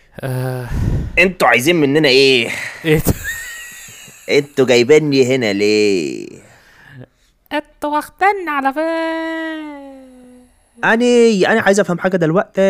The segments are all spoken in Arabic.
انتوا عايزين مننا ايه؟ ايه انتوا جايبيني هنا ليه؟ انتوا واخدين على فين؟ انا عايز افهم حاجه دلوقتي.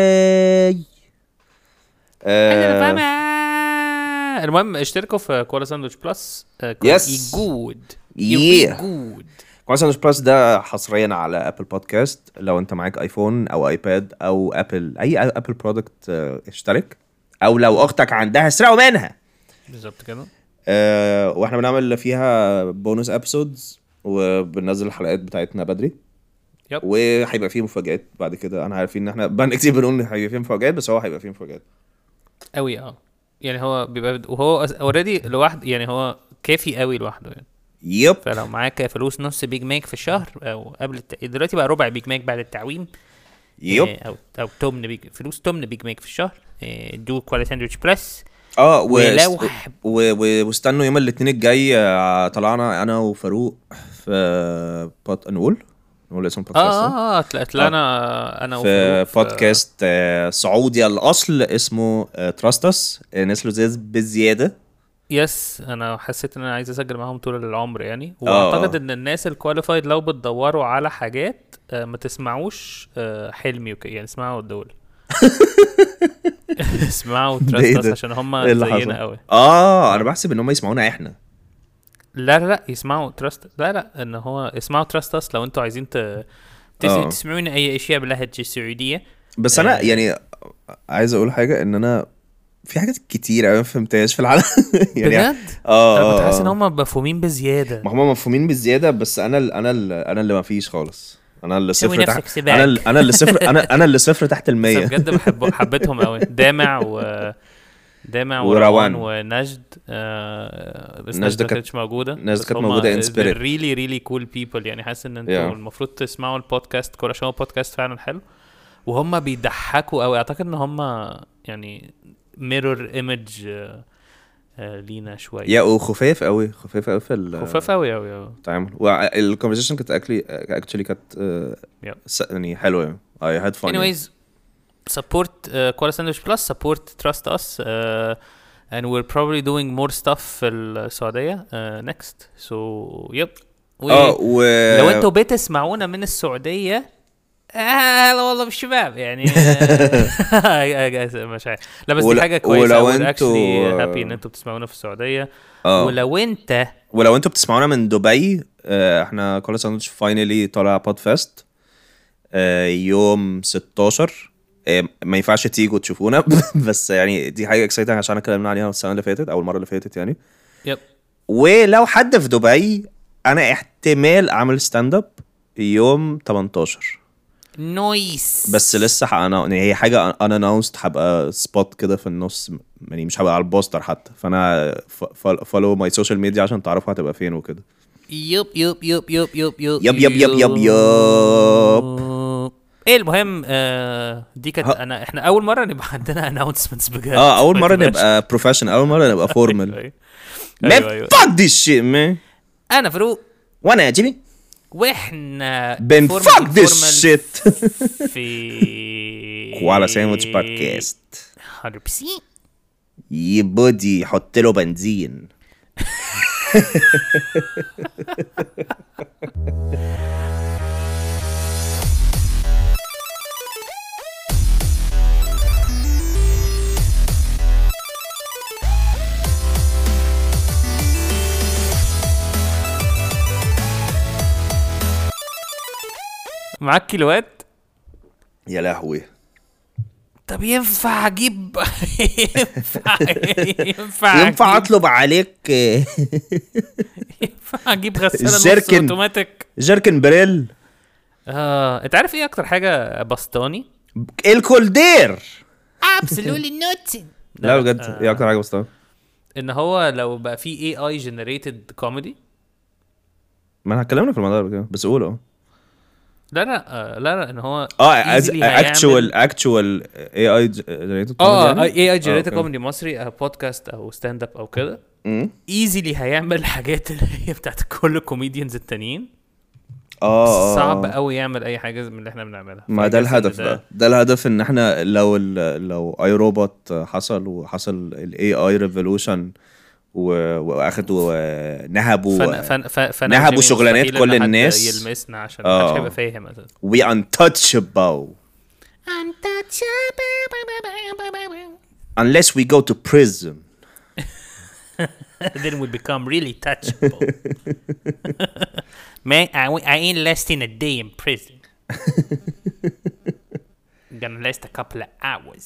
انا فاهمة. المهم اشتركوا في كولا ساندويتش بلس. Yes. جود Yeah. جود. كويس بلس ده حصريا على ابل بودكاست. لو انت معاك ايفون او ايباد او ابل، اي ابل برودكت، اشترك. او لو اختك عندها اسرقوا منها. بالظبط كده. واحنا بنعمل فيها بونus ابيسودز وبننزل الحلقات بتاعتنا بدري. يب. وهيبقى فيه مفاجآت بعد كده. انا عارفين ان احنا بقى كتير بنقول ان هيبقى فيه مفاجآت، بس هو هيبقى فيه مفاجآت قوي يعني هو بيبقى وهو اوريدي لوحده، يعني هو كافي قوي لوحده يعني. يب. فلو معاك فلوس نص بيج ماك في الشهر او قبل دلوقتي بقى ربع بيج ماك بعد التعويم. يب. او تمن بيج فلوس، تمن بيج ماك في الشهر. دو كولا ساندويتش بلس. ولو ولو واستنوا يوم الاثنين الجاي. طلعنا انا وفاروق في نقول اسم بودكاست. طلعنا انا في وفاروق بودكاست سعودي الاصل اسمه تراستس. ناس لذيذ بزياده. يس، انا حسيت ان انا عايز اسجل معاهم طول العمر يعني. واعتقد ان الناس الكواليفايد لو بتدوروا على حاجات ما تسمعوش حلمي يعني اسمعوا الدول. اسمعوا تراستس عشان هم زينا قوي. انا بحسب ان هم يسمعونا احنا. لا يسمعوا تراست. لا ان هو اسمعوا تراستس لو انتوا عايزين تسمعون اي اشياء باللهجه السعوديه. بس انا يعني عايز اقول حاجه، ان انا في حاجات كتير قوي ما فهمتهاش في العالم. يعني بجد انا كنت حاسس ان هم مفهومين بزياده. ما هم مفهومين بزياده، بس انا اللي ما فيش خالص. انا اللي سوي صفر نفسك تحت. سباك. انا اللي صفر. انا اللي صفر تحت بس ال100. بجد حبيتهم قوي. دامع وروان ونجد. بس نجد ما كانتش موجوده. نجد كانت موجوده ان سبيريت. ريلي كول بيبل يعني. حاسس ان انتوا المفروض تسمعوا البودكاست كل عشان البودكاست فعلا حلو. وهم بيضحكوا قوي. اعتقد ان هم يعني ميرور ايمج لينا شويه. يا وخفاف قوي في خفاف قوي التعامل. والكونفرسيشن كانت اكشلي كانت يعني حلوه. I had fun. anyways support Koala Sandwich Plus, support Trust Us, and we're probably doing more stuff في السعودية next. So yep. لو انتوا بتسمعونا من السعودية هلا والله بالشباب يعني. مش عارف. لا بس دي حاجة كويسة. ولو انتوا happy ان انتوا بتسمعونا في السعودية. ولو انتوا بتسمعونا من دبي، احنا كولا ساندويتش فاينلي طالع بودفست يوم 16. ما ينفعش تيجوا تشوفونا. بس يعني دي حاجه اكسايتنج عشان اتكلمنا عليها السنه اللي فاتت او المره اللي فاتت يعني. يب. ولو حد في دبي، انا احتمال اعمل ستاند اب يوم 18. نويس. بس لسه يعني هي حاجه انا اناونست. هبقى سبوت كده في النص يعني، مش هبقى على البوستر حتى. فانا فولو ماي سوشيال ميديا عشان تعرفوا هتبقى فين وكده. يب. ايه المهم دي كانت احنا اول مره نبقى عندنا اناونسمنتس بجد. اول مره نبقى بروفيشنال، اول مره نبقى فورمال. ايوه fuck this shit man. انا فاروق وانا جيمي، واحنا fuck this shit في كوالا ساندويتش بودكاست. 100% يبودي حط له بنزين. معاك كيلوات؟ يا لهوي. طب ينفع اجيب ينفع اطلب عليك ينفع اجيب غسالة نص اوتوماتيك جيركن بريل؟ انت عارف ايه اكتر حاجة بسطاني؟ الكولدير. absolutely nothing. لا بجد ايه اكتر حاجة بسطاني؟ ان هو لو بقى في AI generated comedy. ما انا اتكلمنا في الموضوع ده بس قوله. لا ان هو actual AI generated comedy. AI generated comedy مصري، بودكاست او ستاند اب او كده. ايزيلي هيعمل الحاجات اللي هي بتاعت كل الكوميديانز التانيين. صعب قوي يعمل اي حاجه من اللي احنا بنعملها. ما ده الهدف بقى، ده الهدف ان احنا لو اي روبوت حصل وحصل الاي اي ريفولوشن واخدوا نهبوا شغلانات كل الناس يلمسنا عشان محدش هيبقى فاهم اساسا. we untouchable unless we go to prison. Then we become really touchable. Man, I ain't lasting a day in prison. Gonna last a couple of hours.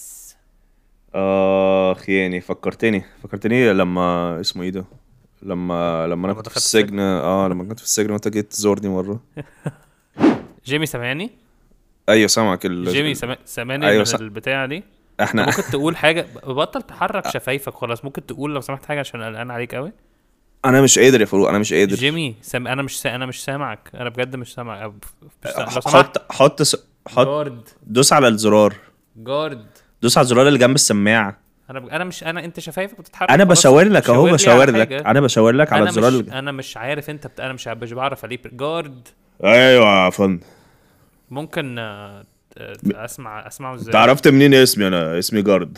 يعني فكرتني لما اسمه ايه ده، لما انا كنت في السجن. لما كنت في السجن وانت جيت تزورني مره. جيمي سامعني؟ ايوه سامعك. جيمي سامعني. أيوة من البتاعه دي. احنا ممكن تقول حاجه، بطل تحرك شفايفك خلاص. ممكن تقول لو سمحت حاجه عشان قلقان عليك قوي. انا مش قادر يا فاروق، انا مش قادر. جيمي انا مش سامعك، انا بجد مش سامعك. حط جارد. دوس على الزرار. جارد. دوس على الزرار اللي جنب السماعه. انت شفايفك بتتحرك. انا بشاور لك اهو، انا بشاور لك على الزرار. انا مش عارف انت انا مش بعرف اليب جارد. ايوه يا فندم. ممكن اسمعه ازاي؟ انت عرفت منين اسمي؟ انا اسمي جارد.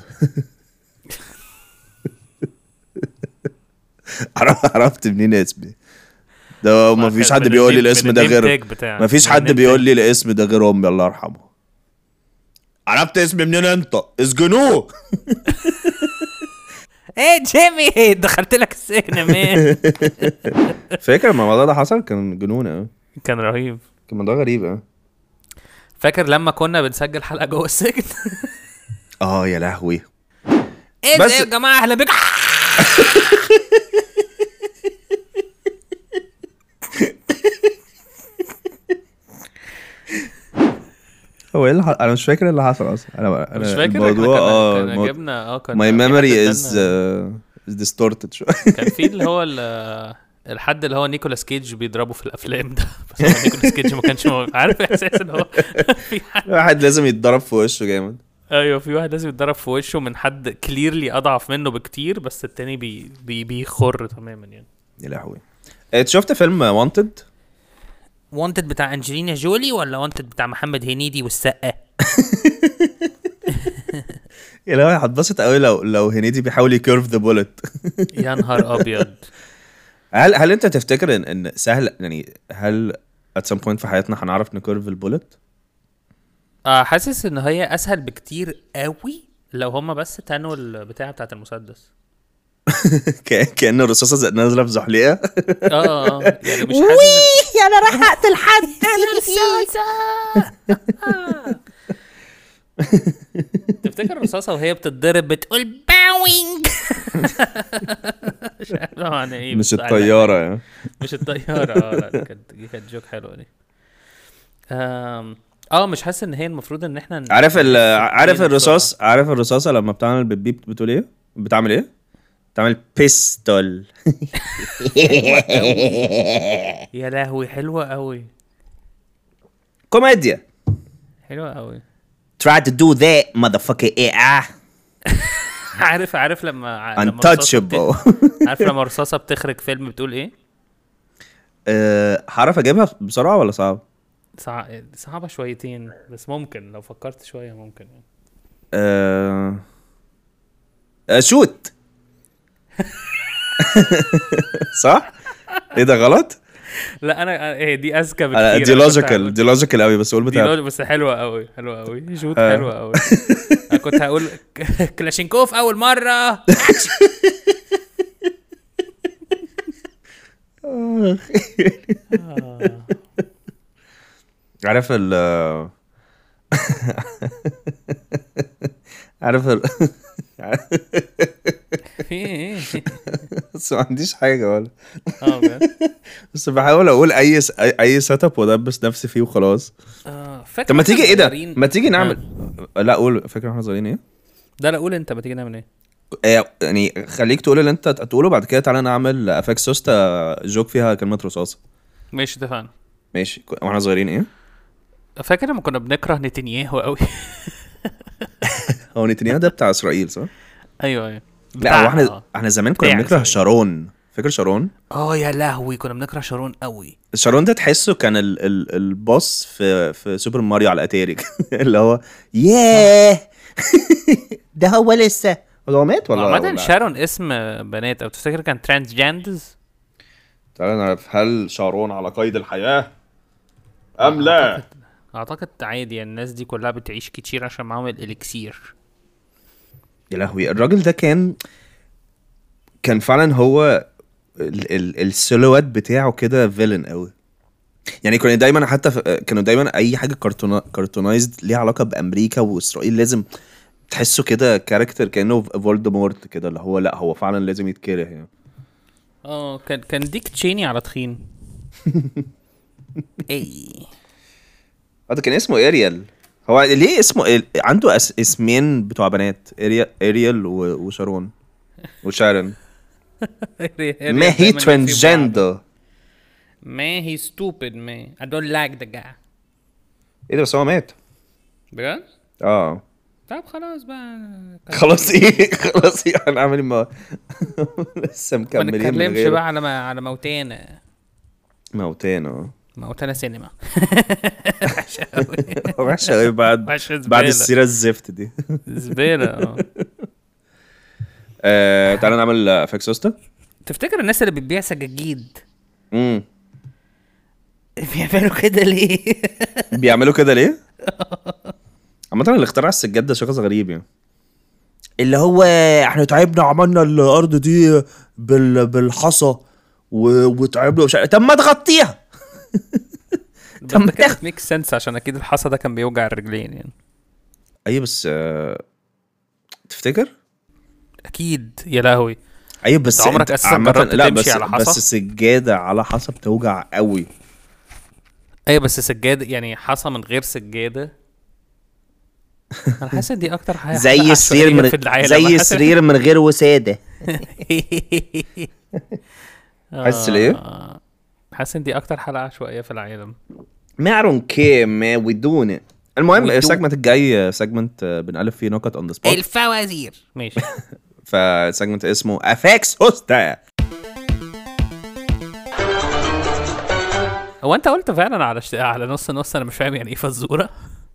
عرفت منين اسمي ده؟ ما فيش حد بيقول لي الاسم ده غير، ما فيش حد بيقول لي الاسم ده غير امي الله يرحمها. عرفت اسمي منين انت؟ اسجنوه. ايه جيمي دخلت لك السجن مان. فاكر لما الموضوع ده حصل؟ كان جنون كان رهيب، كان موضوع غريب. فاكر لما كنا بنسجل حلقه جوه السجن؟ يا لهوي. ايه بس يا جماعه اهلا بك. هو ايه اللي انا مش فاكر اللي حصل اصلا. انا مش فاكر الموضوع كنا جبنا my memory is distorted شويه. كان في اللي هو الحد اللي هو نيكولاس كيج بيضربه في الافلام ده، بس هو نيكولاس كيج ما كانش عارف احساس ان هو في واحد لازم يتضرب في وشه جامد. ايوه في واحد لازم يتضرب في وشه من حد كليرلي اضعف منه بكتير، بس التاني بيخر تماما يعني. يا لهوي. شفت فيلم وانتد بتاع انجلينا جولي ولا وانتد بتاع محمد هنيدي والسقا؟ يا لهوي هتبسط قوي لو هنيدي بيحاول يكيرف ذا بولت. يا نهار ابيض. هل انت تفتكر ان سهل يعني؟ هل at some point في حياتنا هنعرف نكيرف البولت؟ حاسس ان هي اسهل بكتير قوي لو هما بس تنوا البتاعه بتاعه المسدس. كأن الرصاصه نازله في زحليقه. يعني مش حاسس انا راح اقتل حد. تفتكر الرصاصه وهي بتتضرب بتقول باوينج؟ مش الطياره يعني. مش الطياره. لا كانت جوك حلوه دي. مش حاسس ان هي المفروض ان احنا عارف الرصاصه لما بتعمل بالبيب بتقول ايه؟ بتعمل ايه؟ بتعمل بيستول. يا لهوي حلوه قوي. كوميديا حلوه قوي. try to do that motherfucker. عارف لما untouchable. عارف لما رصاصه بتخرج فيلم بتقول ايه؟ هعرف اجيبها بسرعه ولا صعب؟ صعبه شويتين بس ممكن لو فكرت شويه ممكن شوت. صح؟ ايه ده غلط؟ لا انا دي اذكى بكتير. دي لوجيكال قوي بس قول بتاع بس حلوه قوي شوت حلوه قوي. انا كنت هقول كلاشينكوف اول مره. عارف بس ما عنديش حاجه ولا. بس بحاول اقول اي سيت اب وادبس نفسي فيه وخلاص. طب ما تيجي ايه ده؟ ما تيجي نعمل لا قول. فاكر احنا صغيرين ايه ده؟ لا قول انت. ما تيجي نعمل ايه يعني؟ خليك تقول اللي انت تقوله بعد كده تعالى نعمل افاكس سوستا جوك فيها كلمه رصاصه. ماشي اتفقنا. ماشي. واحنا صغيرين ايه؟ فاكر لما كنا بنكره نتنياهو قوي؟ هو نتنياهو ده بتاع اسرائيل صح؟ ايوه لا احنا زمان كنا بنكره شارون فاكر شارون؟ يا لهوي كنا بنكره شارون قوي. شارون ده تحسه كان البوس في سوبر ماريو على الاتاري اللي هو ياه ده هو لسه هو مات ولا عامة شارون اسم بنات، او تفتكر كان ترانس جاندز؟ تعالى نعرف هل شارون على قيد الحياة ام لا. اعتقد عادي يعني، الناس دي كلها بتعيش كتير عشان معاهم الاليكسير. يا لهوي الراجل ده كان فعلا هو السيلوات بتاعه كده فيلن قوي يعني. كانوا دايما كانوا دايما اي حاجه كرتونايزد ليها علاقه بامريكا واسرائيل لازم تحسه كده كاركتر كانه فولدمورت كده، اللي هو لا هو فعلا لازم يتكره يعني. كان ديك تشيني على تخين. اي ده كان اسمه اريال. هو ليه اسمه عنده اسمين بتوع بنات، اريال وشارون وشارن. ما هي ترانسجندر، ما هي stupid man. I don't like the guy. ايه ده بس هو مات بجد؟ طب خلاص بقى. خلاص ايه خلاص ايه هنعمل ما لسه مكملين. ما نتكلمش بقى على موتانا سينما. وحشة قوي بعد السيرة الزفت دي. زبالة. تعالى نعمل افكسوستا. تفتكر الناس اللي بتبيع سجاجيد بيعملوا كده ليه؟ عامة اللي اخترع السجاد ده شخص غريب يعني. اللي هو احنا تعبنا عملنا الارض دي بالحصى وتعبنا طب ما تغطيها. طب ما كده ميك سنس عشان اكيد الحصى ده كان بيوجع الرجلين يعني. اي بس تفتكر اكيد يا لهوي. ايوه بس عمرك اساسا جربت تمشي على حصى؟ بس السجاده على حصى بتوجع قوي. ايوه بس سجاده يعني حصى من غير سجاده. انا حاسس دي اكتر حاجه زي السرير من غير وساده. حاسس ليه؟ حاسس دي اكتر حلقه عشوائيه في العالم. ما I don't care man we doing it. المهم السيجمنت الجاي سيجمنت بنألف فيه نكت on the spot. الفوازير ماشي. فسيجمنت اسمه افكس هوستا. هو انت قلت فعلا على نص انا مش فاهم يعني ايه فزوره.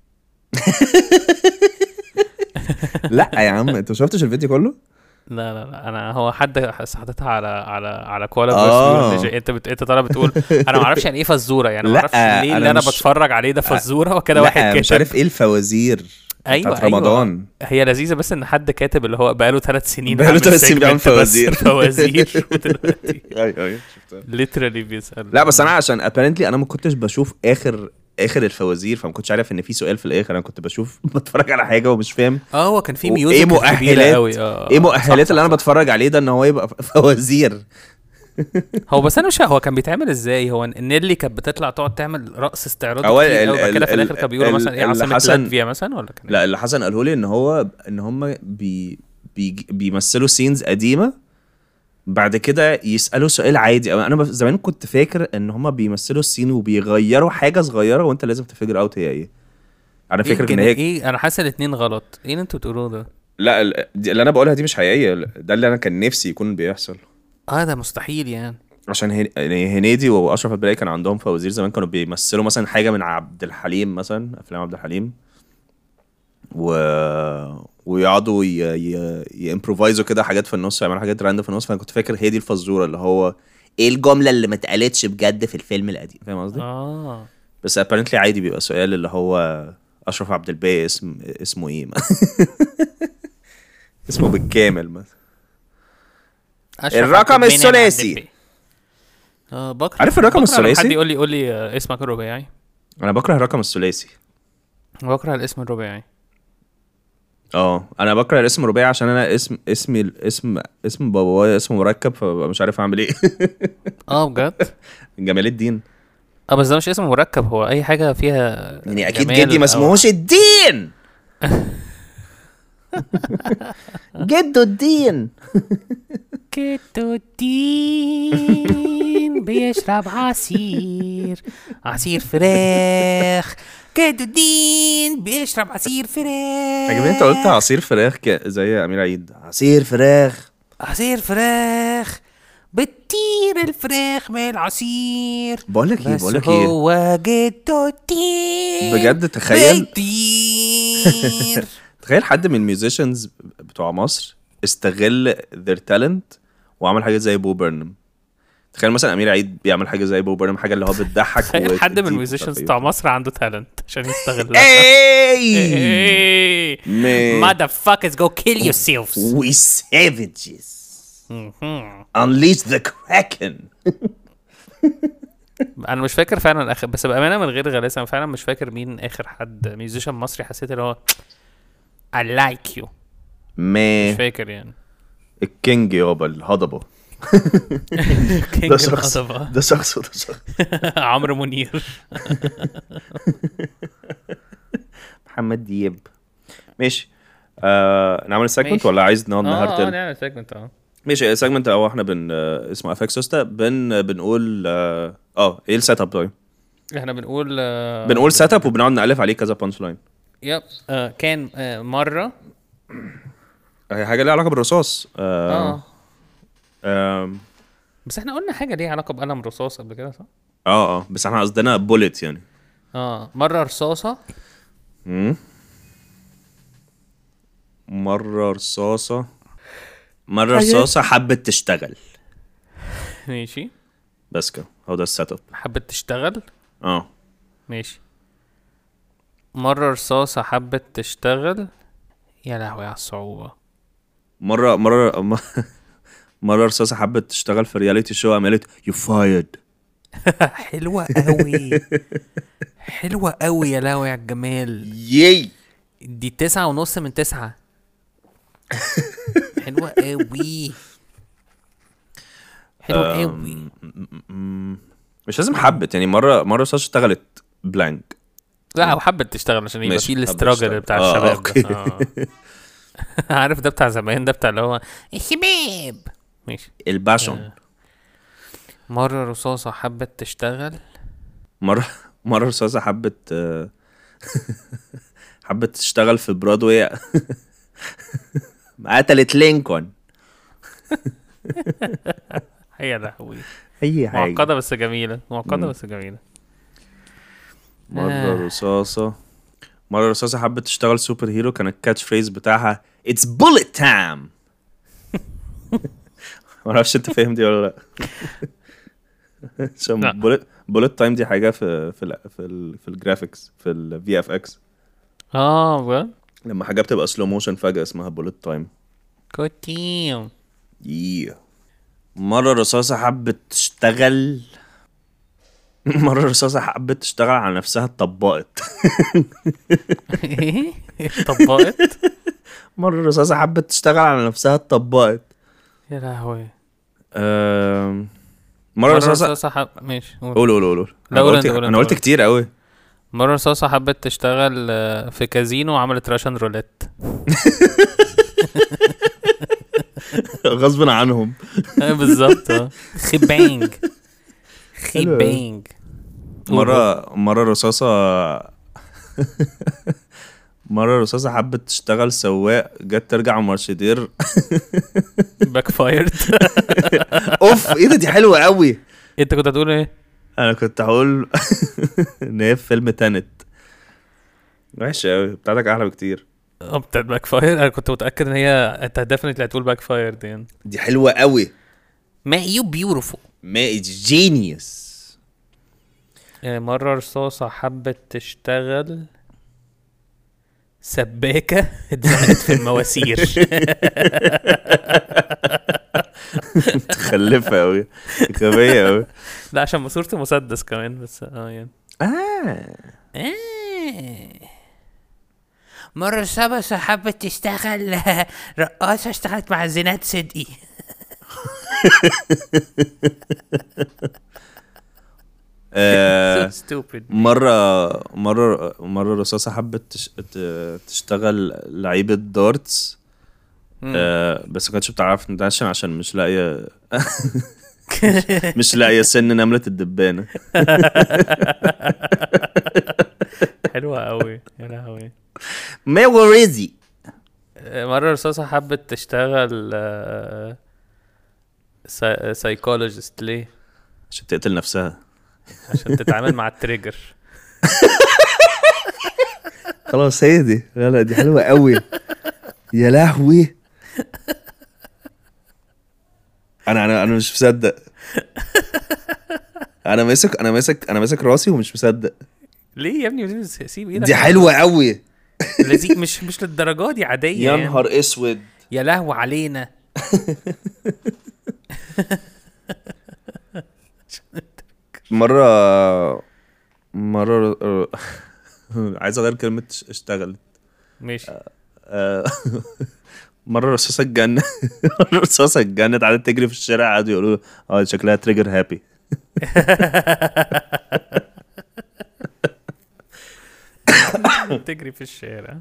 لا يا عم انت شفتش الفيديو كله؟ لا انا هو حد حاططها على كوالا انت طالع بتقول انا ما اعرفش يعني ايه فزوره يعني، ما اعرفش ليه اللي انا بتفرج عليه ده فزوره وكده واحد كاتب مش عارف ايه الفوازير بتاعت رمضان. هي لذيذه بس ان حد كاتب اللي هو بقاله 3 سنين بيعمل فوازير ودلوقتي ايوه شفتها ليترالي بيسال. لا بس انا عشان ابارنتلي انا ما كنتش بشوف اخر الفوازير فما كنتش عارف ان في سؤال في الاخر. انا كنت بتفرج على حاجه ومش فاهم هو كان في ميوزك كبيره قوي. ايه مؤهلات اللي انا بتفرج عليه ده ان هو يبقى فوازير. هو بس انا مش هو كان بيتعمل ازاي. هو نيلي كانت بتطلع تقعد تعمل رقص استعراضي او كده في الاخر كانوا بيقولوا مثلا ايه عاصمه لاتفيا مثلا ولا كان لا اللي حسن قاله لي ان هم بيمثلوا سينز قديمه بعد كده يسالوا سؤال عادي. انا زمان كنت فاكر ان هم بيمثلوا السين وبيغيروا حاجه صغيره وانت لازم تفجر اوت هي ايه. انا فاكر ان هي ايه. انا حاسس الاثنين غلط. ايه اللي انتوا بتقولوه ده؟ لا اللي انا بقولها دي مش حقيقيه. ده اللي انا كان نفسي يكون بيحصل. ده مستحيل يعني. عشان هنيدي واشرف عبد الباقي كان عندهم فوازير زمان كانوا بيمثلوا مثلا حاجه من عبد الحليم مثلا افلام عبد الحليم ويقعدوا يمبروفايزوا كده حاجات في النص يعملوا حاجات راندوم في النص. فانا كنت فاكر هي دي الفزوره اللي هو ايه الجمله اللي ما اتقالتش بجد في الفيلم القديم. فاهم قصدي؟ بس apparently عادي بيبقى سؤال اللي هو اشرف عبد الباقي اسمه ايه اسمه بالكامل مثلا الرقم الثلاثي. عارف الرقم الثلاثي؟ حد يقول لي اسمك الرباعي. انا بكره الرقم الثلاثي. بكره الاسم الرباعي. انا بكره الاسم الرباعي عشان انا اسم بابايا اسمه مركب فمش عارف اعمل ايه. بجد جمال الدين. بس ده مش اسم مركب. هو اي حاجه فيها يعني اكيد جدي ما اسمهوش الدين. جدو الدين. جدو الدين بيشرب عصير فراخ. جدو الدين بيشرب عصير فراخ. عجبني انت قلت عصير فراخ زي امير عيد. عصير فراخ بتطير الفراخ من العصير. بقول لك ايه هو جدو تطير بجد، تخيل بيطير. تخيل حد من الميوزيشنز بتوع مصر استغل their talent وعمل حاجه زي بو بيرنم. تخيل مثلا امير عيد بيعمل حاجه زي بو بيرنم، حاجه اللي هو بتضحك. تخيل حد من الميوزيشنز بتوع مصر عنده تالنت عشان يستغلها. Hey! Man, Motherfuckers, go kill yourselves. we savages. Unleash the Kraken. انا مش فاكر فعلا اخر، بس بامانه من غير غلاسه انا فعلا مش فاكر مين اخر حد ميوزيشن مصري حسيت اللي هو I like you. مش Man, فاكر يعني. الكينج يابا الهضبه. كينج الهضبه. ده شخص عمرو منير. محمد دياب. ماشي. نعمل السيجمنت ماشي. ولا عايز نقعد نهرتل؟ نعمل سيجمنت. ماشي. السيجمنت او احنا اسمه افكس سوستا بنقول ايه السيت اب طيب؟ احنا بنقول سيت اب وبنقعد نالف عليه كذا بانش لاين. يب. كان مره هي حاجه ليها علاقه بالرصاص. بس احنا قلنا حاجه ليها علاقه بقلم رصاص قبل كده، صح؟ بس احنا قصدنا بوليت يعني. مره رصاصه. مره رصاصه حبت تشتغل. ماشي. بس كده هو ده السيت اب. حبت تشتغل. ماشي. مره رصاصه حبت تشتغل. يا لهوي على الصعوبه. مرة رصاصة حبت تشتغل في رياليتي شو، عملت you fired. حلوة قوي يا لهوي على الجمال. ياي دي 9.5 من 9. حلوة قوي. مش لازم حبت يعني. مرة رصاصة اشتغلت بلانك. لا وحبت تشتغل عشان يبقى فيه الاستراجل بتاع الشباب ده. عارف ده بتاع زمان، ده بتاع اللي هو الشباب. ماشي. الباشون. مرة رصاصة حبت تشتغل. مرة رصاصة حبت تشتغل في برودواي. قتلت لينكولن. هي لهوي. هي حاجة معقدة بس جميلة. مرة رصاصة حبت تشتغل سوبر هيرو، كان الكاتش فريز بتاعها It's bullet time. معرفش انت فاهم دي ولا لا. bullet time دي حاجة في الجرافيكس في الفي اف اكس. بجد؟ لما حاجة بتبقى سلو موشن فجأة اسمها bullet time. كوتيم. مرة رصاصة حبت تشتغل على نفسها اتطبقت. اتطبقت. مرة رصاصة حبت تشتغل على نفسها اتطبقت. يا لهوي. مرة رصاصة ماشي. قول. انا قلت كتير قوي. مرة رصاصة حبت تشتغل في كازينو وعملت راشن روليت. غصب عنهم. بالظبط. خبانج. مرة رصاصة حبت تشتغل سواق، جت ترجع مرشدير باك فايرد. اوف ايه ده، دي حلوة قوي. انت كنت هتقول ايه؟ انا كنت هقول ان هي فيلم تانت. وحشة قوي، بتاعتك احلى بكتير. بتاعت باك فاير انا كنت متأكد ان هي انت ديفينتلي هتقول باك فاير يعني. دي حلوة قوي. ما يو بيوتيفول. ما جينيوس. مرة رصاصة حبت تشتغل سباكة اتزنقت في المواسير. متخلفة قوي، غبية قوي. لا عشان ماسورة مسدس كمان بس يعني. مرة رصاصة حبت تشتغل رقاصة اشتغلت مع زينات صدقي. مرة رصاصة حبت تشتغل لعيبة دارتس. بس ما كانتش بتعرف نداشن عشان مش لاقية سن نملة الدبانة. حلوة قوي يا لهوي. ما وريزي. مرة رصاصة حبت تشتغل سايكولوجيست ليه؟ عشان تقتل نفسها. عشان تتعامل مع التريجر. خلاص هي دي. لا دي حلوة قوي. يا لهوي. انا مش مصدق. انا ماسك راسي ومش مصدق. ليه يا ابني؟ سيب ايدك. دي حلوة قوي. لذيذ. مش للدرجة دي، عادية. يا نهار اسود. يا لهو علينا. مرة عايز اغير كلمة اشتغلت. ماشي. مرة رصاصة اتجنت قعدت تجري في الشارع، قعدوا يقولوا شكلها تريجر هابي. تجري في الشارع.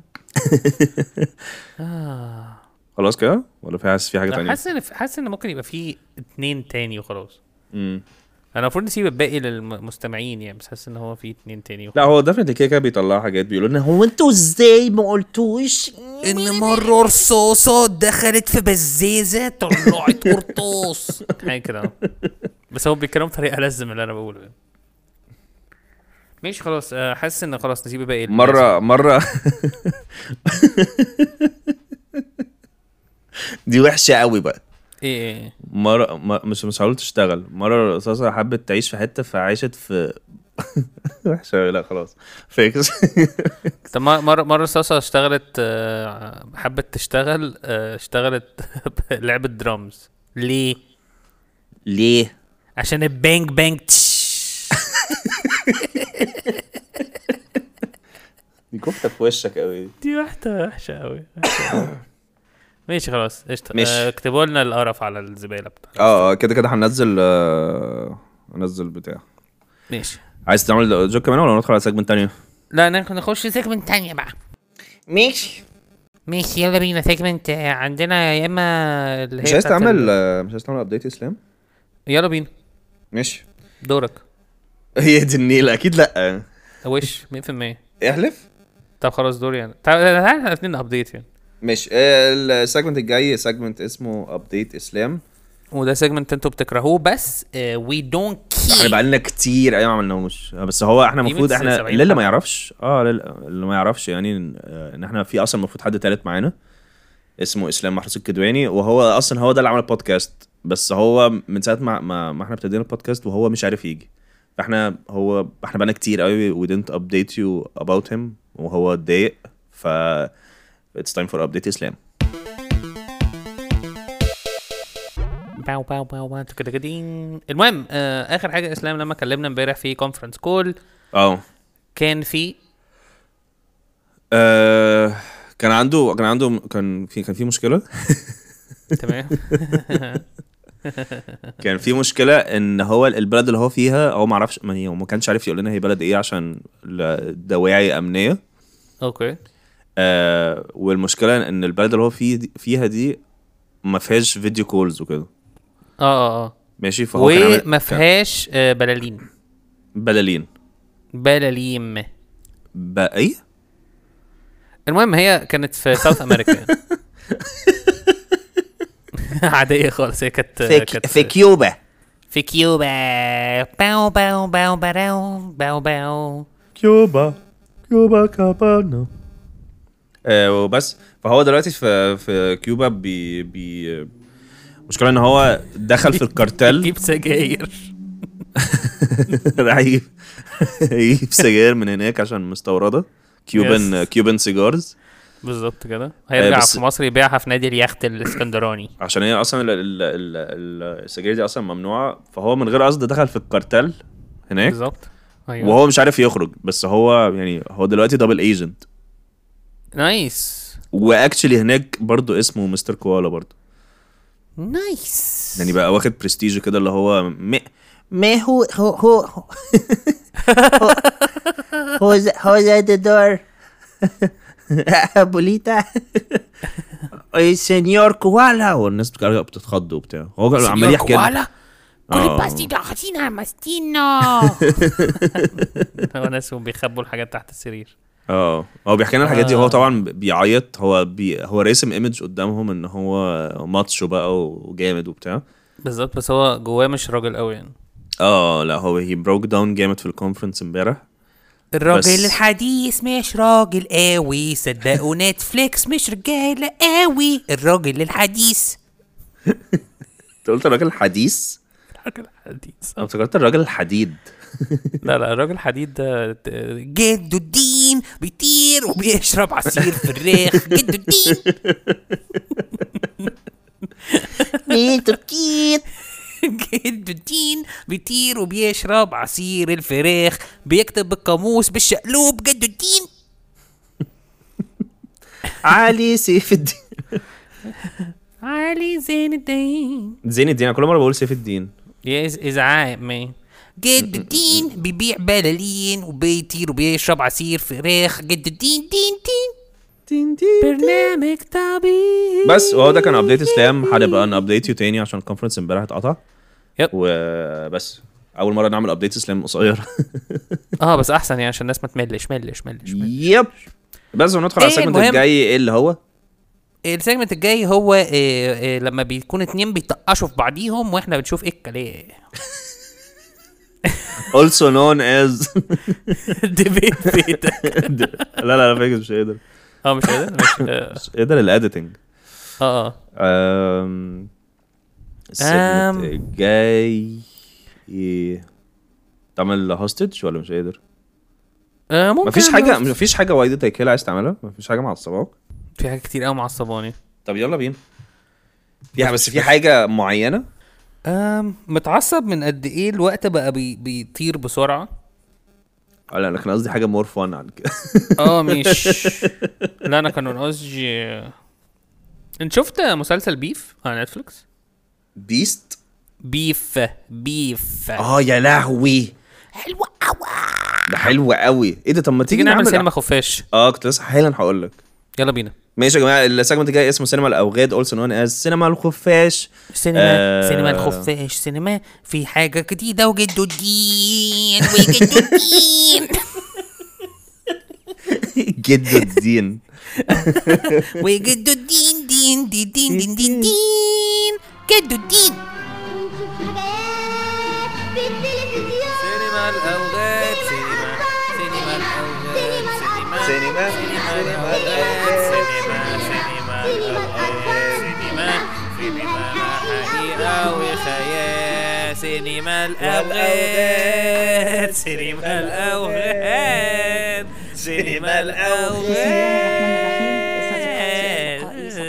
خلاص كده ولا في حاجة تانية؟ حاسس ان ممكن يبقى في 2 تاني وخلاص. انا المفروض نسيب الباقي للمستمعين يعني، بس حاسس ان هو في 2 تاني لا هو ديفنتلي كده بيطلع حاجات بيقولوا لنا هو انتوا ازاي ما قلتوش ان مرة رصاصة دخلت في بزازة طلعت قرطاس حاجة كده. بس هو بيتكلم بطريقة لازم اللي انا بقوله يعني. ماشي خلاص. حاسس ان خلاص نسيب الباقي. مرة دي وحشة قوي بقى. ايه مرة مش هقول تشتغل. مرة رصاصة حبت تعيش في حتة فعايشت في وحشة. لا خلاص فيكس. طب مرة رصاصة اشتغلت، حبت تشتغل، اشتغلت لعبة درامز. ليه؟ عشان البانج بانج. دي كفتة في وشك قوي. دي واحدة وحشة قوي. ماشي خلاص قشطة. اكتبوا لنا القرف على الزبالة بتاع. كده هنزل بتاع. ماشي. عايز تعمل جوك كمان ولا ندخل على سيجمنت تانية؟ لا نخش سيجمنت تانية بقى. ماشي يلا بينا سيجمنت. عندنا يا اما اللي هي مش عايز تعمل ابديت اسلام. يلا بينا. ماشي دورك. هي دي النيلة اكيد. لا وش 100% احلف. طب خلاص دوري يعني. تعال الاثنين ابديت يعني. ماشي. السيجمنت الجاي سيجمنت اسمه ابديت اسلام، وده سيجمنت انتوا بتكرهوه بس وي دونت كير. احنا بقالنا كتير ايام ما عملناهوش، بس هو احنا المفروض احنا اللي ما يعرفش اللي ما يعرفش يعني ان احنا في اصلا المفروض حد ثالث معانا اسمه اسلام محروس الكدواني، وهو اصلا هو ده اللي عمل البودكاست. بس هو من ساعه ما احنا ابتدينا البودكاست وهو مش عارف يجي، فاحنا بقالنا كتير قوي we didn't update you about him وهو اتضايق. ف it's time for update اسلام. باو كده. المهم اخر حاجه اسلام لما كلمنا امبارح في كونفرنس كول كان في كان في مشكله. تمام. كان في مشكله ان هو البلد اللي هو فيها هو ما عرفش، ما كانش عارف يقول لنا هي بلد ايه عشان دواعي امنيه. اوكي. والمشكله ان البلد اللي هو فيها دي ما فيهاش فيديو كولز وكده. ماشي. فهو وما فيهاش بلاليم. ايه. المهم هي كانت في ساوث امريكا. عاديه خالص. هي كانت في كيوبا. باو باو باو باو باو كيوبا كابانا. وبس. فهو دلوقتي في كيوبا مشكلة ان هو دخل في الكارتل. يجيب سجاير. يجيب سجاير من هناك عشان مستوردة. كيوبان سيجارز. بالظبط كده. هيرجع في مصر يبيعها في نادي اليخت الاسكندراني عشان هي اصلا السجاير دي اصلا ممنوعة. فهو من غير قصد دخل في الكارتل هناك. بالظبط. أيوة. وهو مش عارف يخرج، بس هو دلوقتي دبل ايجنت. نايس. واكشلي هناك برضو اسمه مستر كوالا برضو. نايس. يعني بقى واخد برستيج كده اللي هو ما هو ذا الدور. بوليتا سينيور كوالا. والناس بتتخض وبتاع. هو عمال يحكي كوالا كل باستيدا خسينا ماستينا. هو ناس بيخبوا الحاجات تحت السرير. هو بيحكي لنا الحاجات دي. هو طبعا بيعيط. هو راسم ايمج قدامهم ان هو ماتشو بقى وجامد وبتاع. بالظبط، بس هو جواه مش راجل قوي يعني. لا هو he broke down جامد في الكونفرنس امبارح. الراجل الحديث مش راجل قوي، صدقوا نتفليكس مش رجاله قوي. الراجل الحديث. انت قلت الراجل الحديث؟ الراجل الحديث. انا افتكرت الراجل الحديد. لا الراجل الحديد ده جد الدين بيطير وبيشرب عصير فراخ. جد الدين. جد الدين بيطير وبيشرب عصير الفراخ، بيكتب بالقاموس بالشقلوب. جد الدين. علي سيف الدين. علي زين الدين. زين الدين. انا كل مره بقول سيف الدين. ازعاق مين. جد الدين بيبيع بلالين وبيطير وبيشرب عصير فراخ. جد الدين دين دين برنامج طبيعي. بس وهو ده كان ابديت اسلام. هنبقى ابديت يو تاني عشان الكونفرنس امبارح اتقطع. وبس اول مره نعمل ابديت اسلام قصير. بس احسن يعني عشان الناس ما تملش. يب. بس وندخل على السيجمنت الجاي. ايه اللي هو السيجمنت الجاي؟ هو لما بيكون اتنين بيطقشوا في بعضيهم واحنا بنشوف ايه الكلام. also known as debate بيتك. لا فاكر مش قادر. مش قادر. مش قادر الاديتنج. السيجمنت الجاي ايه؟ تعمل هوستج ولا مش قادر؟ مفيش حاجه وايد تاكلها عايز تعملها؟ مفيش حاجه معصباك؟ في حاجات كتير قوي معصباني. طب يلا بينا. بس في حاجه معينه. متعصب من قد ايه الوقت بقى بيطير بسرعه. لا انا كان قصدي حاجه مور فن عن كده. مش لا انا كان قصدي انت شفت مسلسل بيف على نتفليكس؟ بيف يا لهوي حلوه قوي. ده حلوه قوي. ايه ده؟ طب ما تيجي نعمل سينما خفاش. كنت لسه حالا هقول لك. يلا بينا. ماشي يا جماعه. السيجمنت الجاي اسمه سينما الاوغاد also known as سينما الخفاش. سينما الخفاش. سينما في حاجه جديده وجدوا الدين وجدوا الدين. جدوا الدين وجدوا الدين دين دين دين دين دين دين. جدوا الدين. سينما الاوغاد. سينما الاوغاد. سينما حقيقة وخيال. سينما الأوغاد. سينما الأوغاد. سينما الأوغاد.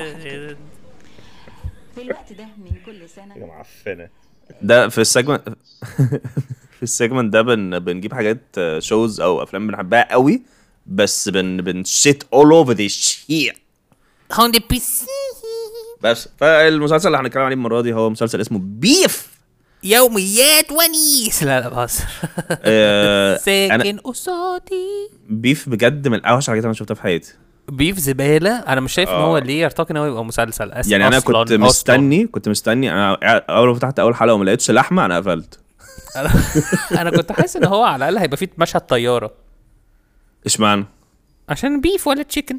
في الوقت ده من كل سنة يا معفنة. ده في السيجمنت في السيجمنت ده بنجيب حاجات شوز او افلام بنحبها قوي بس بنشيت all over this shit 100%. بس. فالمسلسل اللي هنتكلم عليه المره دي هو مسلسل اسمه بيف يوميات ونيس. لا بهزر. ساكن قصادي. بيف بجد من اوحش الحاجات اللي انا شفتها في حياتي. بيف زباله. انا مش شايف ان هو ليه يرتقي ان هو يبقى مسلسل اصلا. يعني انا كنت مستني انا اول ما فتحت اول حلقه وما لقيتش لحمه انا قفلت. انا كنت حاسس ان هو على الاقل هيبقى فيه مشهد طياره. اشمعنى؟ عشان بيف ولا تشيكن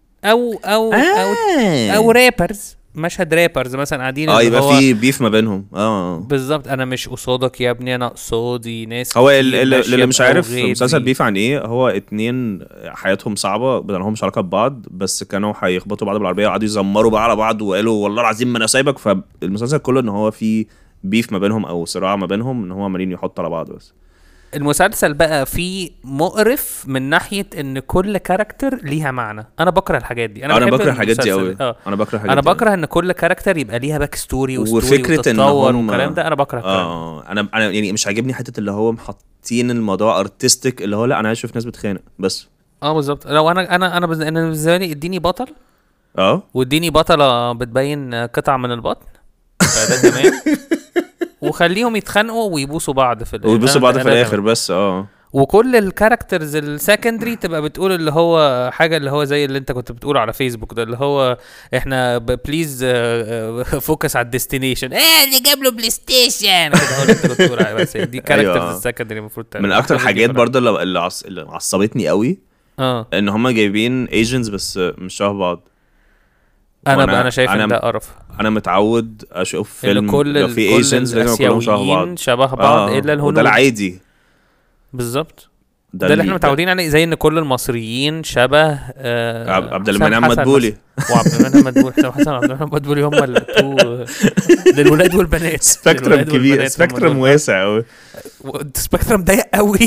او رابرز. مشهد رابرز مثلا قاعدين يبقى في بيف ما بينهم. بالظبط. انا مش قصادك يا ابني، انا قصادي ناس. هو اللي مش عارف مسلسل بيف عن ايه، هو اتنين حياتهم صعبه بدلهمش علاقه ببعض بس كانوا هيخبطوا بعض بالعربيه وقعدوا يزمروا بقى على بعض وقالوا والله العظيم ما انا سايبك. فالمسلسل كله ان هو في بيف ما بينهم او صراع ما بينهم ان هو عمالين يحطوا على بعض. بس المسلسل بقى فيه مقرف من ناحيه ان كل كاركتر ليها معنى. انا بكره الحاجات دي. انا بكره الحاجات دي قوي. انا بكره ان كل كاركتر يبقى ليها باك ستوري وتتطور والكلام ده. انا بكره الكلام. انا يعني مش عاجبني حته اللي هو محطين الموضوع ارتستيك اللي هو لا انا عايز اشوف ناس بتخانق بس. بالظبط. لو انا بالنسبه لي اديني بطل واديني بطله بتبين قطع من البطن فده تمام. وخليهم يتخانقوا ويبوسوا بعض في الاخر بس. وكل الكاركترز السكندري تبقى بتقول اللي هو حاجه اللي هو زي اللي انت كنت بتقوله على فيسبوك ده اللي هو احنا بليز فوكس على الديستنيشن. اللي جاب له بلاي ستيشن كده هو اللي انت كنت بتقول عليه. بس دي كاركترز السكندري المفروض من اكتر الحاجات برضه اللي عصبتني قوي ان هم جايبين ايجنتس بس مش شبه بعض. انا شايف ان ده قرف. انا متعود اشوف إن فيلم لو في كل ايجنز لازم كلهم شبه بعض. الاسيويين شبه بعض الا الهنود. وده العادي. بالظبط. ده اللي احنا متعودين عليه، زي ان كل المصريين شبه عبد المنعم مدبولي وعبد المنعم مدبولي. حسام حسن وعبد المنعم مدبولي هم التو للولاد والبنات. سبيكترم كبير، سبيكترم واسع قوي، سبيكترم ضيق قوي.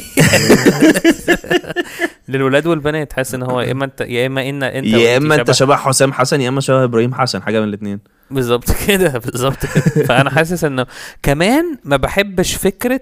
للولاد والبنات حاسس ان هو يا اما انت يا اما انت شبه حسام حسن يا اما شبه ابراهيم حسن، حاجه من الاثنين. بالظبط كده بالظبط كده. فانا حاسس انه كمان ما بحبش فكره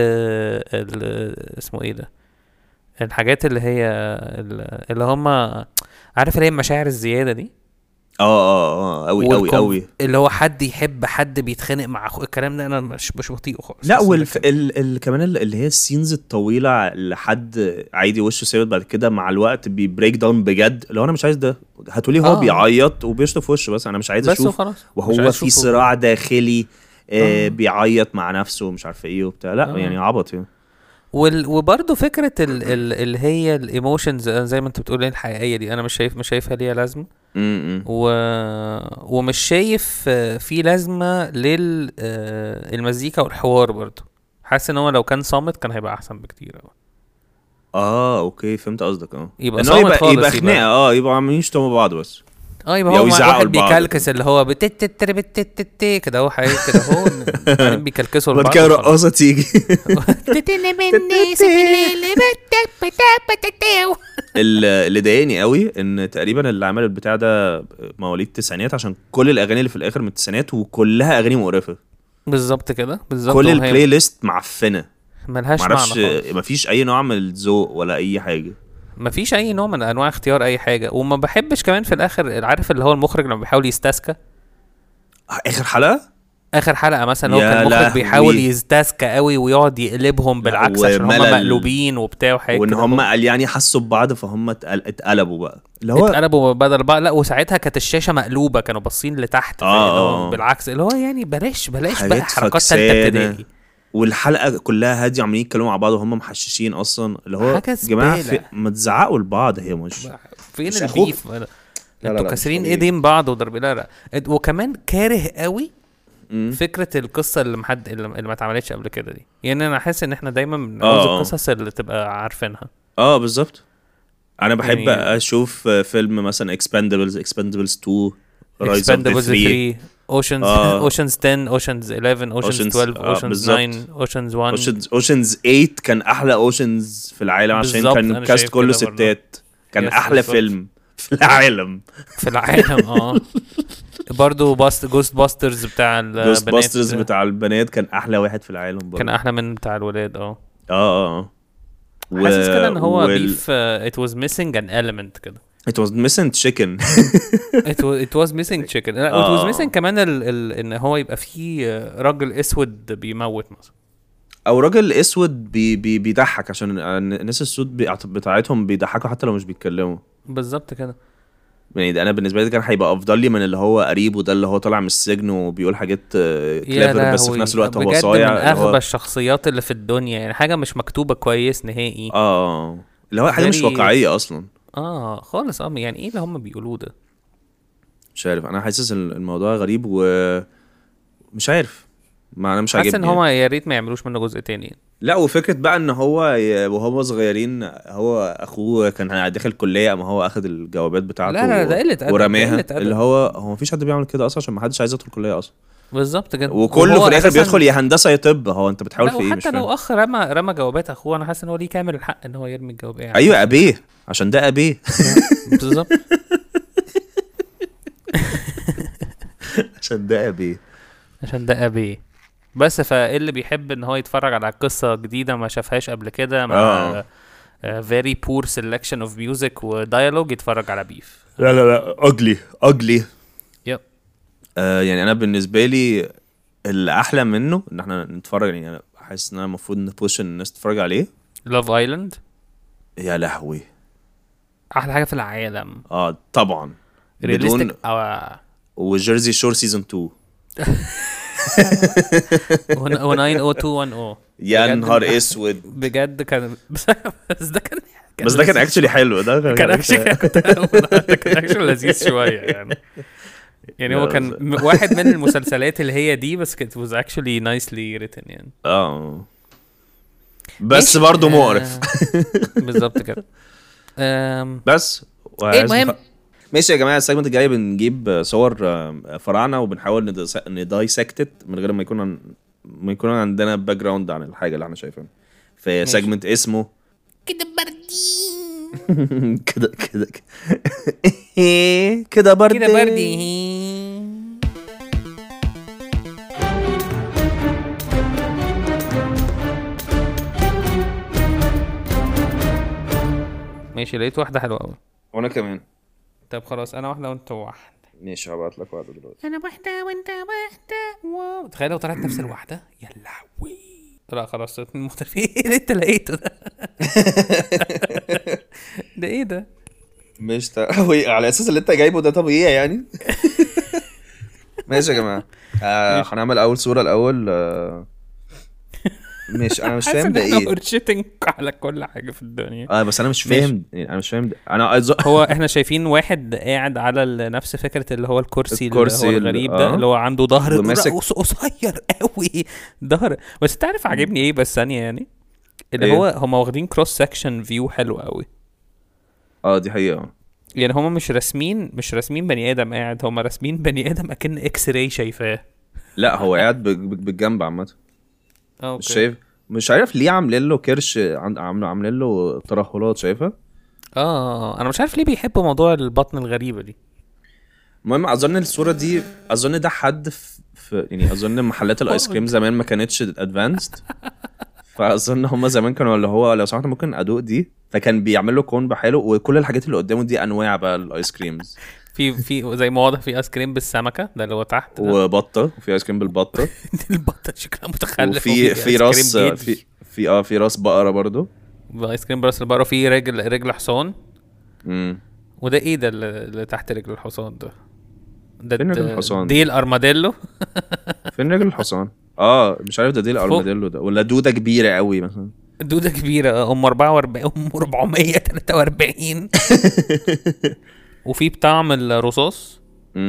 اسمه ايه ده، الحاجات اللي هي اللي هم عارف اللي هي المشاعر الزياده دي. قوي قوي قوي، اللي هو حد يحب حد بيتخانق مع اخوه، الكلام ده انا مش بطيئه خالص. لا كمان اللي هي السينز الطويله لحد عادي وشه ثابت بعد كده مع الوقت بيبريك داون بجد. لو انا مش عايز ده، هتقولي هو بيعيط وبيشطف وشه، بس انا مش عايز اشوف وهو في صراع داخلي بيعيط مع نفسه ومش عارف ايه وبتاع. لا يعني عبط يعني. وبرضه فكره اللي هي الايموشنز زي ما انت بتقول الحقيقيه دي، انا مش شايفها ليها لازمه. ومش شايف في لازمه للمزيكا والحوار برضه. حاسس ان هو لو كان صامت كان هيبقى احسن بكتير قوي. اوكي فهمت قصدك. يبقى صامت خالص، يبقى خناقه، يبقى عاملين يشتموا بعض بس. يبقى هو واحد بيكلكس اللي هو كده، هو حاجه كده هو بعدين بيكلكسوا البعض كده، رقاصه تيجي. اللي ضايقني قوي ان تقريبا اللي عمل البتاع ده مواليد التسعينات، عشان كل الاغاني اللي في الاخر من التسعينات وكلها اغاني مقرفه. بالظبط كده بالظبط. كل البلاي ليست معفنه، ملهاش معنى خالص، مفيش اي نوع من الذوق ولا اي حاجه، مفيش اي نوع من انواع اختيار اي حاجه. وما بحبش كمان في الاخر، عارف اللي هو المخرج لما بيحاول يستسكى اخر حلقه مثلا، هو كان المخرج بيحاول يستسكى قوي ويقعد يقلبهم بالعكس عشان هم مقلوبين وبتاع وحاجه، وان هم قال يعني حسوا ببعض فهم اتقلبوا بقى، اللي هو اتقلبوا بدل بقى. لا وساعتها كانت الشاشه مقلوبه، كانوا باصين لتحت بالعكس، اللي هو يعني بلاش بقى حركات ثالثه ابتدائي. والحلقه كلها هاديه عمالين يتكلموا مع بعض وهم محششين اصلا، اللي هو جماعه ما تزعقوا لبعض، هي مش فين البيف؟ انتوا كاسرين ايدين بعض وضرب. لا وكمان كاره قوي فكره القصه اللي ما اتعملتش قبل كده دي. يعني انا حاسس ان احنا دايما بنعوز القصص اللي تبقى عارفينها. بالظبط. انا بحب يعني اشوف فيلم مثلا Expendables 2 Rise of the 3 Oceans 10 Oceans 11 Oceans 12 Oceans 9 Oceans 1 Oceans 8 كان احلى Oceans في العالم عشان كان الكاست كله ستات. كان احلى فيلم في العالم برضو جوست باسترز بتاع البنات. جوست باسترز بتاع البنات كان احلى واحد في العالم برضو. كان احلى من بتاع الولاد. حاسس كده ان هو بيف it was missing an element كده. It was missing chicken. it was missing chicken. it was missing كمان ان هو يبقى فيه راجل اسود بيموت مثلا، او راجل اسود بيضحك، عشان الناس السود بتاعتهم بيضحكوا حتى لو مش بيتكلموا. بالظبط كده. يعني ده انا بالنسبه لي كان هيبقى افضل لي من اللي هو قريبه ده، اللي هو طالع من السجن وبيقول حاجات كليفر بس في نفس الوقت هو صايع. من اغبى الشخصيات اللي في الدنيا، يعني حاجه مش مكتوبه كويس نهائي. اللي هو حاجه مش واقعيه اصلا خالص. يعني ايه اللي هم بيقولوه ده؟ مش عارف، انا حاسس الموضوع غريب ومش عارف، ما انا مش عاجبني. حاسس ان هو يا ريت ما يعملوش منه جزء تاني. لا وفكره بقى ان هو وهو صغيرين هو اخوه كان داخل كليه، اما هو اخد الجوابات بتاعته. لا ده قله ورماها. اللي هو مفيش حد بيعمل كده اصلا، عشان ما حدش عايز يدخل كليه اصلا. بالظبط كده. وكله في الاخر بيدخل يا هندسه يا طب. هو انت بتحاول في ايه؟ مش فاهم. حتى لو اخ رمى جوابات اخوه، انا حاسس ان هو ليه كامل الحق ان هو يرمي الجواب. يعني ايوه ابيه، عشان ده ابيه. بالظبط. عشان ده ابيه. بس فاللي بيحب ان هو يتفرج على قصه جديده ما شافهاش قبل كده مع very poor selection of music وديالوج، يتفرج على بيف. لا ugly. يب. يعني انا بالنسبه لي اللي احلى منه ان احنا نتفرج. يعني انا حاسس ان انا المفروض نبوش الناس تتفرج عليه. Love Island. يا لهوي، احلى حاجه في العالم. طبعا بدون وجيرزي شور سيزون 2 و90210. يا نهار اسود بجد. كان بس ده كان اكشلي حلو. ده كان اكشلي لذيذ شويه يعني. يعني هو كان واحد من المسلسلات اللي هي دي، بس كانت was actually nicely written يعني. بس برضه مقرف. بالظبط كده. بس المهم ماشي يا جماعه، السيجمنت الجاي بنجيب صور فراعنه وبنحاول ندايسكت من غير ما يكون عندنا باك جراوند عن الحاجه اللي احنا شايفينها في سيجمنت اسمه كده بردي. كده كده بردي كده بردي. ماشي، لقيت واحده حلوه قوي. وانا كمان. طب خلاص، انا واحده وانت واحده. ماشي، هبعت لك واحده دلوقتي. انا واحده وانت واحده. واو، تخيل لو طلعت نفس الواحده. يا لهوي. لا خلاص، مختلفين. ايه اللي انت لقيته ده؟ ده ايه ده؟ مش على اساس اللي انت جايبه ده طبيعي يعني. ماشي يا جماعه، هنعمل اول صوره الاول. مش انا مش فاهم ده ايه. ورشتنج على كل حاجه في الدنيا. بس انا مش فاهم. انا مش فاهم انا هو احنا شايفين واحد قاعد على نفس فكره اللي هو الكرسي اللي هو الغريب ده، اللي هو عنده ظهر قصير قوي ظهر. بس انت عارف عاجبني ايه؟ بس ثانيه يعني، اللي إيه؟ هو هم واخدين كروس سكشن فيو حلو قوي. دي حقيقه. يعني هم مش راسمين بني ادم قاعد، هم راسمين بني ادم اكن اكس راي شايفاه. لا هو قاعد بالجنب عامه. مش شايف، مش عارف ليه عاملين له كرش، عاملين له ترهلات شايفها. انا مش عارف ليه بيحبوا موضوع البطن الغريبه دي. المهم اظن الصوره دي، اظن ده حد في يعني اظن محلات الايس كريم زمان ما كانتش ادفانسد. فاظن هم زمان كانوا اللي هو لو سمحت ممكن ادوق دي، فكان بيعملوا كون بحاله، وكل الحاجات اللي قدامه دي انواع بقى الايس كريمز. في زي ما واضح في ايس كريم بالسمكه ده اللي هو تحت ده. وبطه، وفي ايس كريم بالبطه. البطه شكلها متخلف. وفي راس في راس بقره برضو. ايس كريم براس البقره. في رجل حصان. وده ايه ده اللي تحت رجل الحصان ده؟ فين رجل الحصان؟ دي الارماديلو. فين رجل الحصان؟ مش عارف ده دي الارماديلو ده ولا دوده كبيره قوي مثلا. دوده كبيره ام 44 ام 443. وفي بطعم الرصاص.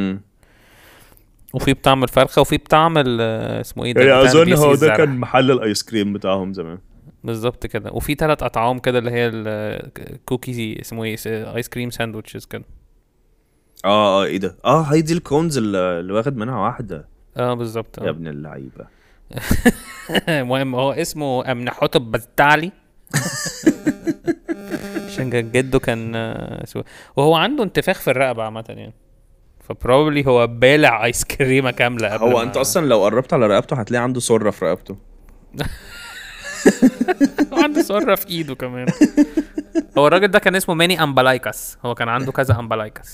وفي بطعم الفرخه. وفي بطعم اسمه ايه ده؟ يعني اظن هو ده كان محل الايس كريم بتاعهم زمان. بالظبط كده. وفي 3 اطعام كده اللي هي الكوكي اسمه ايه، ايس كريم ساندويتشز كده. ايه ده؟ هي دي الكونز اللي واخد منها واحده. بالظبط. يا ابن اللعيبه. المهم هو اسمه امن حطب بتعلي. عشان جده كان وهو عنده انتفاخ في الرقبه عامه يعني، فبروبلي هو بالع ايس كريمه كامله قبل. هو انت اصلا لو قربت على رقبته هتلاقي عنده سره في رقبته. عنده سره في ايده كمان. هو الراجل ده كان اسمه ماني امبلايكاس. هو كان عنده كذا امبلايكاس.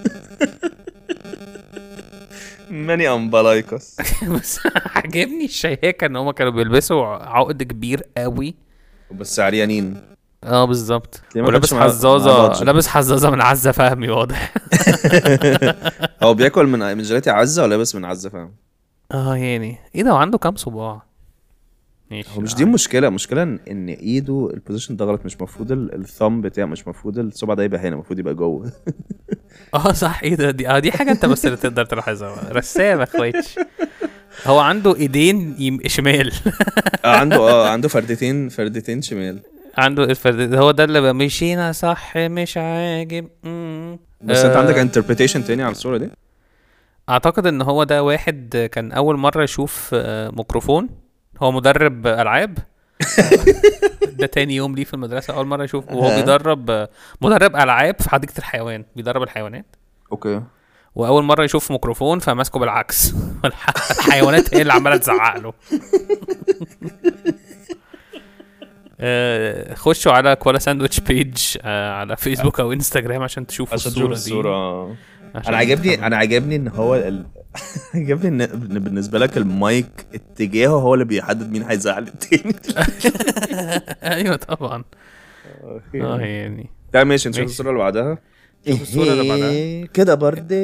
ماني امبلايكاس. بس عجبني الشياكه ان هم كانوا بيلبسوا عقد كبير قوي بس عريانين. بالظبط. ولابس حزازه، لابس حزازه من عزة فهمي واضح. هو بياكل من جلاتي عزة ولا لابس من عزة فهمي؟ يعني ايه ده؟ وعنده كام صباع؟ هو مش دي المشكله ان ايده البوزيشن ده غلط. مش مفروض الثumb بتاعه، مش مفروض الصبع ده يبقى هنا، المفروض يبقى جوه. صح. ايه ده؟ دي حاجه انت بس اللي تقدر تلاحظها. رسام يا اخواتش. هو عنده ايدين شمال. عنده فردتين شمال. عنده الفرد هو ده اللي مشينا صح مش عاجب. بس انت عندك انتربريتيشن تاني على الصوره دي؟ اعتقد ان هو ده واحد كان اول مره يشوف ميكروفون. هو مدرب العاب. ده تاني يوم ليه في المدرسه، اول مره يشوف وهو بيدرب مدرب العاب في حديقه الحيوان، بيدرب الحيوانات. اوكي. واول مره يشوف ميكروفون فماسكه بالعكس. الحيوانات هي اللي عماله تزعق له. خشوا على كوالا ساندويتش بيج على فيسبوك او انستجرام عشان تشوفوا الصوره دي. انا عجبني ان هو عجبني ان بالنسبه لك المايك اتجاهه هو اللي بيحدد مين هيزعل التاني. ايوه طبعا. يعني ده ماشي. نشوف الصوره اللي بعدها. كده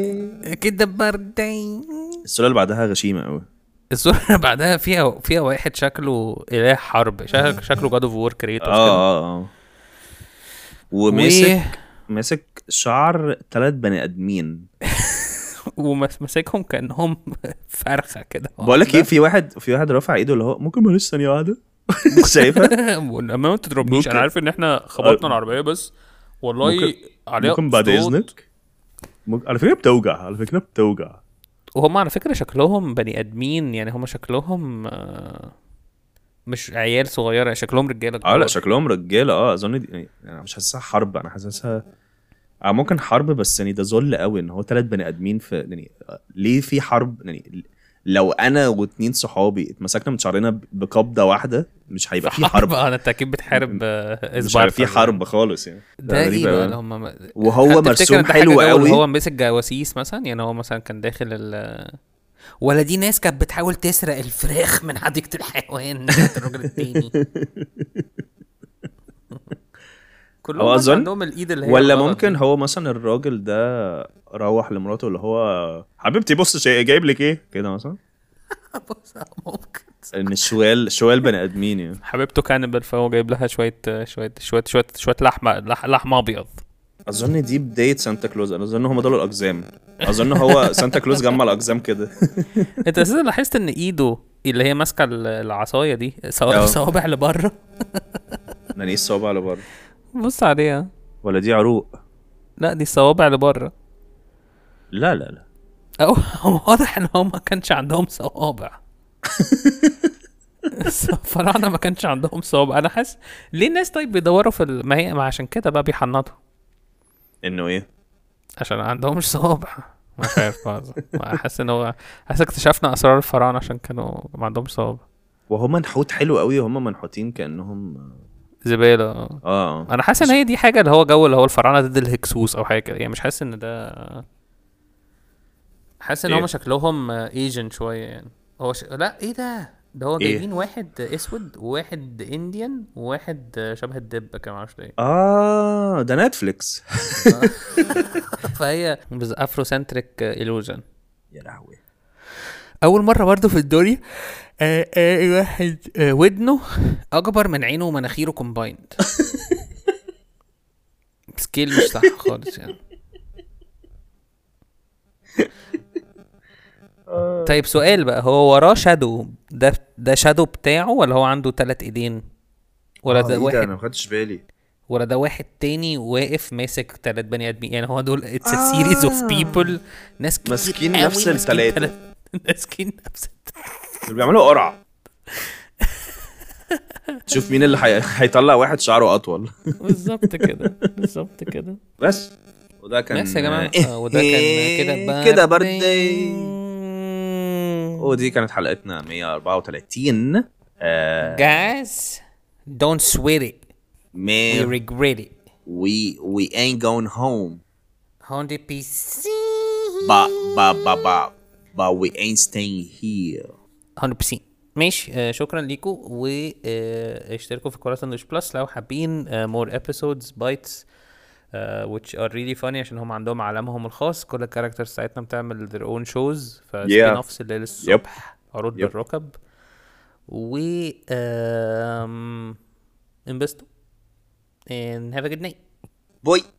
بردي. الصوره اللي بعدها غشيمه قوي. الصورة اللي بعدها فيها واحد شكله إله حرب. شكله God of War كريتوس. ماسك شعر 3 بني ادمين. ومسكهم كانهم فرخه كده. بقول لك ايه، في واحد رافع ايده اللي هو ممكن معلش ثانيه واحده. شايفها؟ ما تضربنيش، انا عارف ان احنا خبطنا العربيه بس والله عليها ممكن بعد صوت. اذنك على فكره بتوجع. وهم على فكره شكلهم بني ادمين، يعني هم شكلهم مش عيال صغيره، شكلهم رجاله كبار. لا شكلهم رجاله. اظن دي يعني مش حاسسها حرب، انا حاسسها ممكن حرب، بس يعني ده ذل قوي ان هو 3 بني ادمين في يعني ليه في حرب يعني. لو انا واتنين صحابي اتمسكنا من شعرنا بقبضه واحده مش هيبقى في حرب. انت اكيد بتحارب مش هيبقى في حرب خالص يعني. ده ايه بقى اللي هم وهو مرسوم حلو قوي. هو مسك جواسيس مثلا، يعني هو مثلا كان داخل ولا دي ناس كانت بتحاول تسرق الفراخ من حديقة الحيوان بتاعت الراجل التاني. كلهم أظن عندهم الايد اللي هي ولا الغلط ممكن دي. هو مثلا الراجل ده روح لمراته اللي هو حبيبتي بص شيء جايب لك ايه كده مثلا. بص ممكن ان الشوال بني ادمين يعني. حبيبته كانبل، فهو جايب لها شويه لحمه ابيض. اظن دي بدايه سانتا كلوز. انا اظن هم دول الاقزام. اظن هو سانتا كلوز جمع الاقزام كده. انت اساسا لاحظت ان ايده اللي هي ماسكه العصايه دي صوابع لبره؟ يعني ايه الصوابع اللي بره؟ بص عليها. ولا دي عروق؟ لا دي الصوابع لبره. لا هو واضح ان هم ما كانش عندهم صوابع. الفراعنه ما كانش عندهم صوابع. انا حاسس ليه الناس طيب بيدوروا في ما هي ما عشان كده بقى بيحنطوا انه ايه؟ عشان عندهمش صوابع. مش عارف حاسس ان هو اكتشفنا اسرار الفراعنه عشان كانوا ما عندهمش صوابع. وهم منحوت حلو قوي، هم منحوتين كانهم زباله. انا حاسس ان هي دي حاجه اللي هو جو اللي هو الفراعنه ضد الهكسوس او حاجه كده، يعني مش حاسس ان ده. حاسس ان هم شكلهم ايجن شويه يعني. هو لا ايه ده هو جايبين واحد اسود وواحد انديان وواحد شبه الدب كمان، معرفش ايه. ده نتفليكس. فهي افرو سنتريك إيلوجن. يا لهوي. اول مره برضو في الدوري واحد ودنه اكبر من عينه ومناخيره كومبايند. سكيل مش صح خالص يعني. طيب سؤال بقى، هو وراه شادو ده شادو بتاعه ولا هو عنده 3 ايدين؟ ولا ده واحد؟ انا ما خدتش بالي. ولا ده واحد تاني واقف ماسك 3 بني ادمين؟ يعني هو دول اتس سيريز اوف بيبل، ناس كتير ماسكين نفس الثلاثه. ماسكين نفس بيعملوا قرعه. شوف مين اللي هيطلع واحد شعره اطول. بالظبط كده بس. وده كان بس يا جماعه وده كان كده بردي. ودي كانت حلقتنا 134. guys don't sweat it, man, we regret it, we ain't going home 100%, but we ain't staying here 100%. ماشي. شكرا ليكم، واشتركوا في كورة ساندويتش بلس لو حابين more episodes bites which are really funny، عشان هم عندهم عالمهم الخاص. كل الكاركترز بتاعتنا بتعمل their own shows، فسبين اوفس الليل الصبح عروض بالركب، و انبسطوا and have a good night. boy.